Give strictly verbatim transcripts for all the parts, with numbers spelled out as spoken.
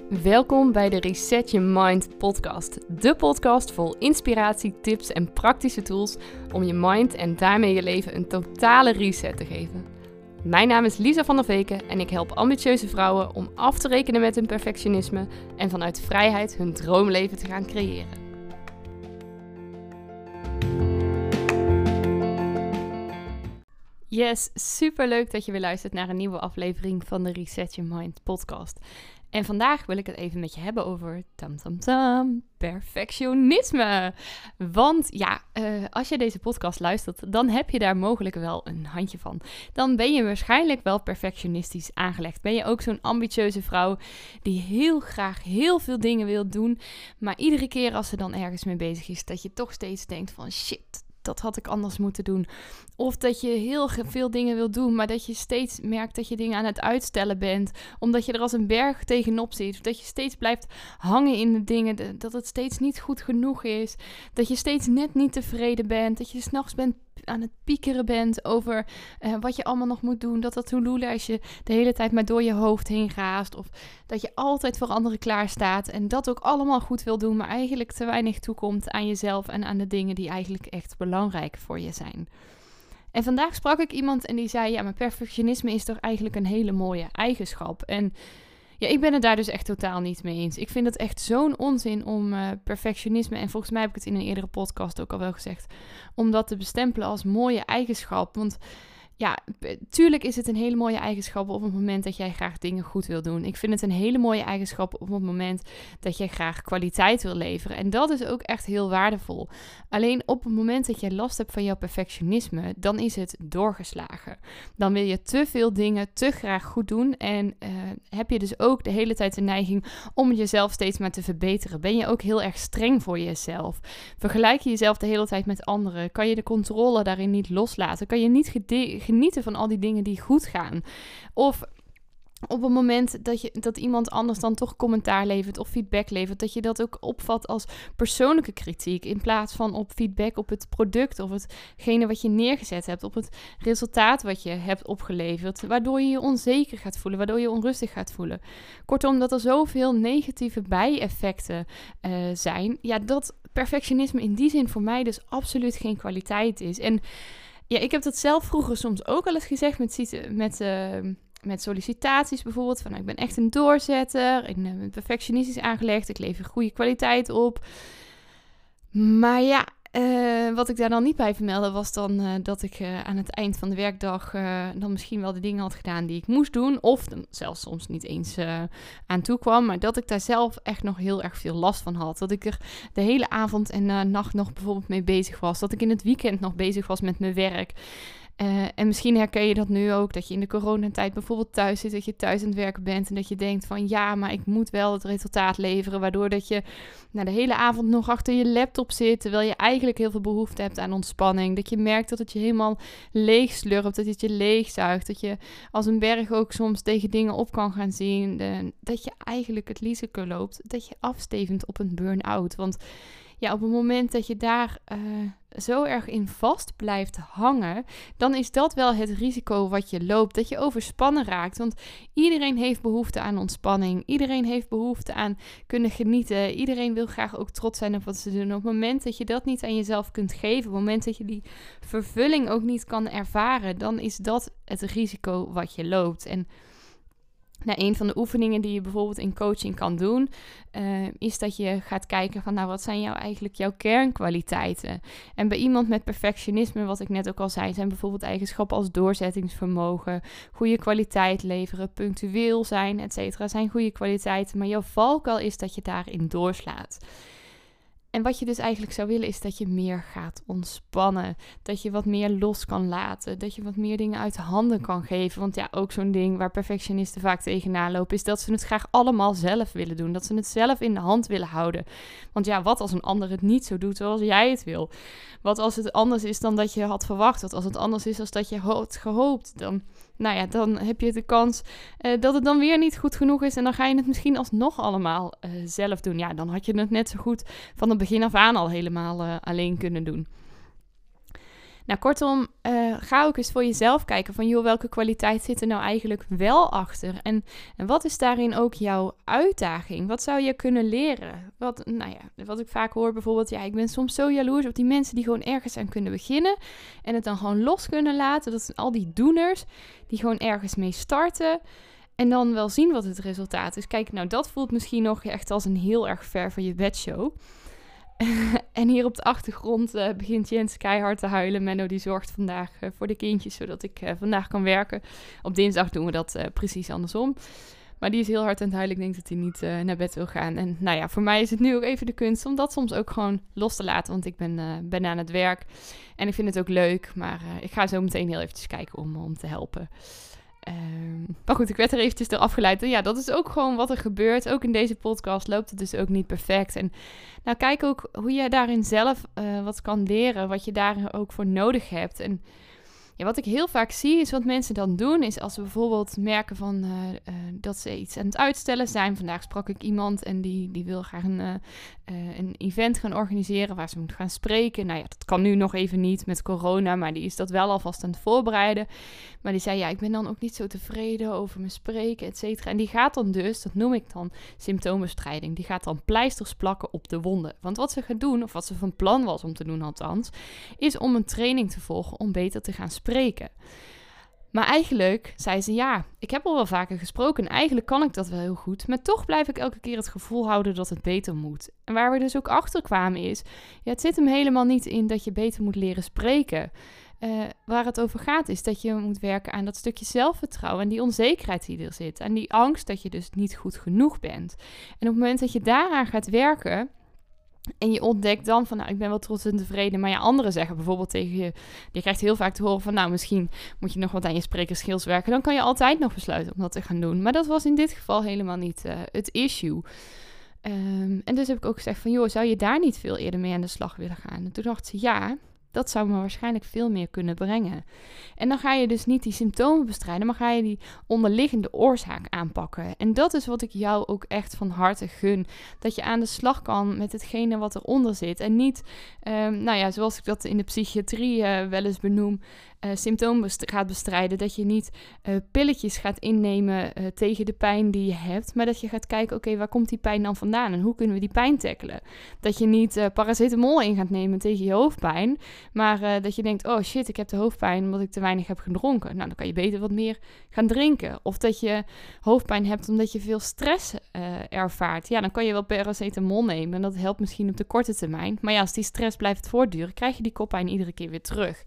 Welkom bij de Reset Your Mind podcast. De podcast vol inspiratie, tips en praktische tools om je mind en daarmee je leven een totale reset te geven. Mijn naam is Lisa van der Veken en ik help ambitieuze vrouwen om af te rekenen met hun perfectionisme en vanuit vrijheid hun droomleven te gaan creëren. Yes, super leuk dat je weer luistert naar een nieuwe aflevering van de Reset Your Mind podcast. En vandaag wil ik het even met je hebben over tam tam tam, perfectionisme. Want ja, uh, als je deze podcast luistert, dan heb je daar mogelijk wel een handje van. Dan ben je waarschijnlijk wel perfectionistisch aangelegd. Ben je ook zo'n ambitieuze vrouw die heel graag heel veel dingen wil doen, maar iedere keer als ze dan ergens mee bezig is, dat je toch steeds denkt van shit, dat had ik anders moeten doen. Of dat je heel veel dingen wil doen, maar dat je steeds merkt dat je dingen aan het uitstellen bent. Omdat je er als een berg tegenop zit. Of dat je steeds blijft hangen in de dingen. Dat het steeds niet goed genoeg is. Dat je steeds net niet tevreden bent. Dat je 's nachts bent aan het piekeren bent over uh, wat je allemaal nog moet doen. Dat dat to-do-lijstje de hele tijd maar door je hoofd heen raast. Of dat je altijd voor anderen klaar staat. En dat ook allemaal goed wil doen, maar eigenlijk te weinig toekomt aan jezelf en aan de dingen die eigenlijk echt belangrijk voor je zijn. En vandaag sprak ik iemand en die zei, ja, maar perfectionisme is toch eigenlijk een hele mooie eigenschap. En ja, ik ben het daar dus echt totaal niet mee eens. Ik vind het echt zo'n onzin om uh, perfectionisme, en volgens mij heb ik het in een eerdere podcast ook al wel gezegd, om dat te bestempelen als mooie eigenschap. Want ja, tuurlijk is het een hele mooie eigenschap op het moment dat jij graag dingen goed wil doen. Ik vind het een hele mooie eigenschap op het moment dat jij graag kwaliteit wil leveren. En dat is ook echt heel waardevol. Alleen op het moment dat jij last hebt van jouw perfectionisme, dan is het doorgeslagen. Dan wil je te veel dingen te graag goed doen en uh, heb je dus ook de hele tijd de neiging om jezelf steeds maar te verbeteren. Ben je ook heel erg streng voor jezelf? Vergelijk je jezelf de hele tijd met anderen? Kan je de controle daarin niet loslaten? Kan je niet gede- genieten van al die dingen die goed gaan? Of op het moment dat, je, dat iemand anders dan toch commentaar levert of feedback levert, dat je dat ook opvat als persoonlijke kritiek in plaats van op feedback op het product of hetgene wat je neergezet hebt, op het resultaat wat je hebt opgeleverd, waardoor je je onzeker gaat voelen, waardoor je je onrustig gaat voelen. Kortom, dat er zoveel negatieve bijeffecten uh, zijn, ja, dat perfectionisme in die zin voor mij dus absoluut geen kwaliteit is. En ja, ik heb dat zelf vroeger soms ook al eens gezegd met, met, uh, met sollicitaties bijvoorbeeld. Van, nou, ik ben echt een doorzetter, ik ben perfectionistisch aangelegd, ik lever goede kwaliteit op. Maar ja, uh, wat ik daar dan niet bij vermeldde was dan uh, dat ik uh, aan het eind van de werkdag uh, dan misschien wel de dingen had gedaan die ik moest doen. Of zelfs soms niet eens uh, aan toe kwam, maar dat ik daar zelf echt nog heel erg veel last van had. Dat ik er de hele avond en uh, nacht nog bijvoorbeeld mee bezig was. Dat ik in het weekend nog bezig was met mijn werk. Uh, en misschien herken je dat nu ook, dat je in de coronatijd bijvoorbeeld thuis zit, dat je thuis aan het werken bent en dat je denkt van ja, maar ik moet wel het resultaat leveren, waardoor dat je nou, de hele avond nog achter je laptop zit, terwijl je eigenlijk heel veel behoefte hebt aan ontspanning. Dat je merkt dat het je helemaal leeg slurpt, dat het je leegzuigt, dat je als een berg ook soms tegen dingen op kan gaan zien, uh, dat je eigenlijk het risico loopt dat je afstevend op een burn-out. Want ja, op het moment dat je daar uh, zo erg in vast blijft hangen, dan is dat wel het risico wat je loopt, dat je overspannen raakt. Want iedereen heeft behoefte aan ontspanning. Iedereen heeft behoefte aan kunnen genieten. Iedereen wil graag ook trots zijn op wat ze doen. Op het moment dat je dat niet aan jezelf kunt geven, op het moment dat je die vervulling ook niet kan ervaren, dan is dat het risico wat je loopt. En nou, een van de oefeningen die je bijvoorbeeld in coaching kan doen, uh, is dat je gaat kijken van, nou, wat zijn jou eigenlijk jouw kernkwaliteiten? En bij iemand met perfectionisme, wat ik net ook al zei, zijn bijvoorbeeld eigenschappen als doorzettingsvermogen, goede kwaliteit leveren, punctueel zijn, et cetera, zijn goede kwaliteiten. Maar jouw valkuil is dat je daarin doorslaat. En wat je dus eigenlijk zou willen is dat je meer gaat ontspannen. Dat je wat meer los kan laten. Dat je wat meer dingen uit handen kan geven. Want ja, ook zo'n ding waar perfectionisten vaak tegenaan lopen, is dat ze het graag allemaal zelf willen doen. Dat ze het zelf in de hand willen houden. Want ja, wat als een ander het niet zo doet zoals jij het wil? Wat als het anders is dan dat je had verwacht? Wat als het anders is dan dat je had gehoopt? Dan, nou ja, dan heb je de kans uh, dat het dan weer niet goed genoeg is. En dan ga je het misschien alsnog allemaal uh, zelf doen. Ja, dan had je het net zo goed van het begin af aan al helemaal uh, alleen kunnen doen. Nou, kortom, uh, ga ook eens voor jezelf kijken van, joh, welke kwaliteit zit er nou eigenlijk wel achter? En, en wat is daarin ook jouw uitdaging? Wat zou je kunnen leren? Wat, nou ja, wat ik vaak hoor bijvoorbeeld, ja, ik ben soms zo jaloers op die mensen die gewoon ergens aan kunnen beginnen en het dan gewoon los kunnen laten. Dat zijn al die doeners die gewoon ergens mee starten en dan wel zien wat het resultaat is. Kijk, nou, dat voelt misschien nog echt als een heel erg ver van je bedshow. En hier op de achtergrond uh, begint Jens keihard te huilen. Menno die zorgt vandaag uh, voor de kindjes, zodat ik uh, vandaag kan werken. Op dinsdag doen we dat uh, precies andersom. Maar die is heel hard aan het huilen. Ik denk dat hij niet uh, naar bed wil gaan. En nou ja, voor mij is het nu ook even de kunst om dat soms ook gewoon los te laten. Want ik ben, uh, ben aan het werk en ik vind het ook leuk. Maar uh, ik ga zo meteen heel eventjes kijken om, om te helpen. Um, maar goed, ik werd er eventjes door afgeleid. En ja, dat is ook gewoon wat er gebeurt. Ook in deze podcast loopt het dus ook niet perfect. En nou, kijk ook hoe je daarin zelf uh, wat kan leren. Wat je daar ook voor nodig hebt. En ja, wat ik heel vaak zie is wat mensen dan doen. Is als ze bijvoorbeeld merken van, uh, uh, dat ze iets aan het uitstellen zijn. Vandaag sprak ik iemand en die, die wil graag een, uh, uh, een event gaan organiseren waar ze moet gaan spreken. Nou ja, dat kan nu nog even niet met corona, maar die is dat wel alvast aan het voorbereiden. Maar die zei, ja, ik ben dan ook niet zo tevreden over mijn spreken, et cetera. En die gaat dan dus, dat noem ik dan symptoombestrijding, die gaat dan pleisters plakken op de wonden. Want wat ze gaat doen, of wat ze van plan was om te doen althans, is om een training te volgen om beter te gaan spreken. Maar eigenlijk zei ze, ja, ik heb al wel vaker gesproken en eigenlijk kan ik dat wel heel goed, maar toch blijf ik elke keer het gevoel houden dat het beter moet. En waar we dus ook achter kwamen is, ja, het zit hem helemaal niet in dat je beter moet leren spreken. Uh, waar het over gaat is dat je moet werken aan dat stukje zelfvertrouwen en die onzekerheid die er zit. En die angst dat je dus niet goed genoeg bent. En op het moment dat je daaraan gaat werken en je ontdekt dan van, nou, ik ben wel trots en tevreden, maar ja, anderen zeggen bijvoorbeeld tegen je, je krijgt heel vaak te horen van, nou, misschien moet je nog wat aan je sprekerskills werken, dan kan je altijd nog besluiten om dat te gaan doen. Maar dat was in dit geval helemaal niet uh, het issue. Um, en dus heb ik ook gezegd van, joh, zou je daar niet veel eerder mee aan de slag willen gaan? En toen dacht ze, ja, dat zou me waarschijnlijk veel meer kunnen brengen. En dan ga je dus niet die symptomen bestrijden, maar ga je die onderliggende oorzaak aanpakken. En dat is wat ik jou ook echt van harte gun. Dat je aan de slag kan met hetgene wat eronder zit. En niet, um, nou ja, zoals ik dat in de psychiatrie uh, wel eens benoem, Uh, symptomen best- gaat bestrijden. Dat je niet uh, pilletjes gaat innemen uh, tegen de pijn die je hebt. Maar dat je gaat kijken, oké, okay, waar komt die pijn dan vandaan? En hoe kunnen we die pijn tackelen? Dat je niet uh, paracetamol in gaat nemen tegen je hoofdpijn. Maar uh, dat je denkt, oh shit, ik heb de hoofdpijn omdat ik te weinig heb gedronken. Nou, dan kan je beter wat meer gaan drinken. Of dat je hoofdpijn hebt omdat je veel stress uh, ervaart. Ja, dan kan je wel paracetamol nemen. En dat helpt misschien op de korte termijn. Maar ja, als die stress blijft voortduren, krijg je die koppijn iedere keer weer terug.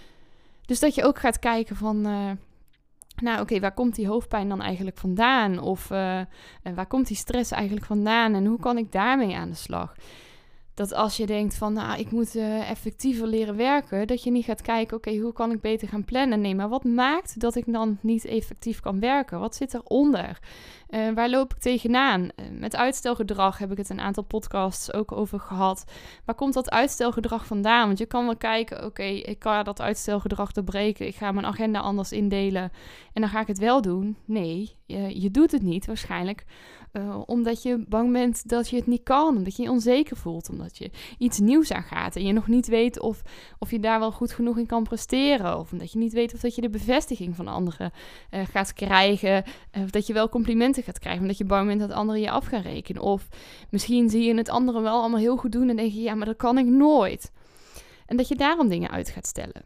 Dus dat je ook gaat kijken van, uh, nou oké, okay, waar komt die hoofdpijn dan eigenlijk vandaan? Of uh, waar komt die stress eigenlijk vandaan? En hoe kan ik daarmee aan de slag? Dat als je denkt van, nou, ik moet uh, effectiever leren werken, dat je niet gaat kijken, oké, okay, hoe kan ik beter gaan plannen? Nee, maar wat maakt dat ik dan niet effectief kan werken? Wat zit eronder? Uh, waar loop ik tegenaan? Uh, met uitstelgedrag heb ik het een aantal podcasts ook over gehad. Waar komt dat uitstelgedrag vandaan? Want je kan wel kijken, oké, okay, ik kan dat uitstelgedrag doorbreken. Ik ga mijn agenda anders indelen en dan ga ik het wel doen. Nee, je, je doet het niet waarschijnlijk. Uh, omdat je bang bent dat je het niet kan. Omdat je je onzeker voelt. Omdat je iets nieuws aangaat. En je nog niet weet of, of je daar wel goed genoeg in kan presteren. Of omdat je niet weet of dat je de bevestiging van anderen uh, gaat krijgen. Of dat je wel complimenten gaat krijgen. Omdat je bang bent dat anderen je af gaan rekenen. Of misschien zie je het anderen wel allemaal heel goed doen. En denk je, ja, maar dat kan ik nooit. En dat je daarom dingen uit gaat stellen.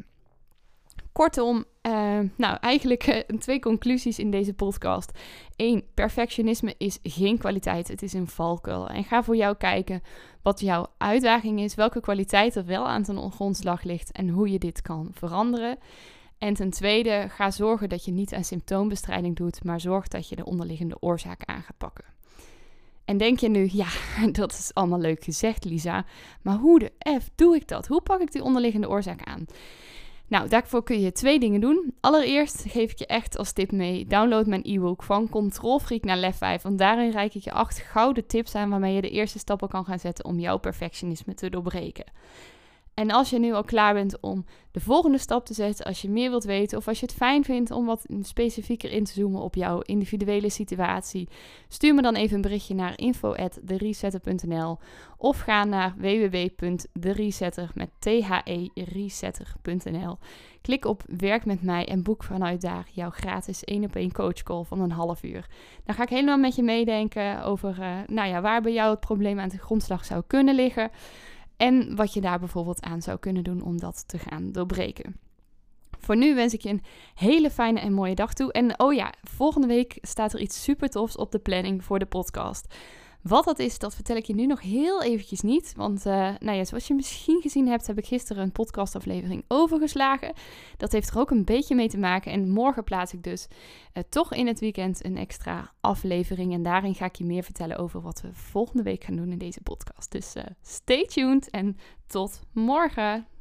Kortom, uh, nou eigenlijk uh, twee conclusies in deze podcast. Eén, perfectionisme is geen kwaliteit, het is een valkuil. En ga voor jou kijken wat jouw uitdaging is, welke kwaliteit er wel aan ten grondslag ligt en hoe je dit kan veranderen. En ten tweede, ga zorgen dat je niet aan symptoombestrijding doet, maar zorg dat je de onderliggende oorzaak aan gaat pakken. En denk je nu, ja, dat is allemaal leuk gezegd, Lisa, maar hoe de F doe ik dat? Hoe pak ik die onderliggende oorzaak aan? Nou, daarvoor kun je twee dingen doen. Allereerst geef ik je echt als tip mee, download mijn e-book van Control Freak naar Lef vijf. Want daarin reik ik je acht gouden tips aan waarmee je de eerste stappen kan gaan zetten om jouw perfectionisme te doorbreken. En als je nu al klaar bent om de volgende stap te zetten, als je meer wilt weten of als je het fijn vindt om wat specifieker in te zoomen op jouw individuele situatie, stuur me dan even een berichtje naar info at the resetter punt n l of ga naar w w w punt the resetter met t h e resetter punt n l. Klik op werk met mij en boek vanuit daar jouw gratis één op één coachcall van een half uur. Dan ga ik helemaal met je meedenken over uh, nou ja, waar bij jou het probleem aan de grondslag zou kunnen liggen. En wat je daar bijvoorbeeld aan zou kunnen doen om dat te gaan doorbreken. Voor nu wens ik je een hele fijne en mooie dag toe. En oh ja, volgende week staat er iets super tofs op de planning voor de podcast. Wat dat is, dat vertel ik je nu nog heel eventjes niet. Want uh, nou ja, zoals je misschien gezien hebt, heb ik gisteren een podcastaflevering overgeslagen. Dat heeft er ook een beetje mee te maken. En morgen plaats ik dus uh, toch in het weekend een extra aflevering. En daarin ga ik je meer vertellen over wat we volgende week gaan doen in deze podcast. Dus uh, stay tuned en tot morgen.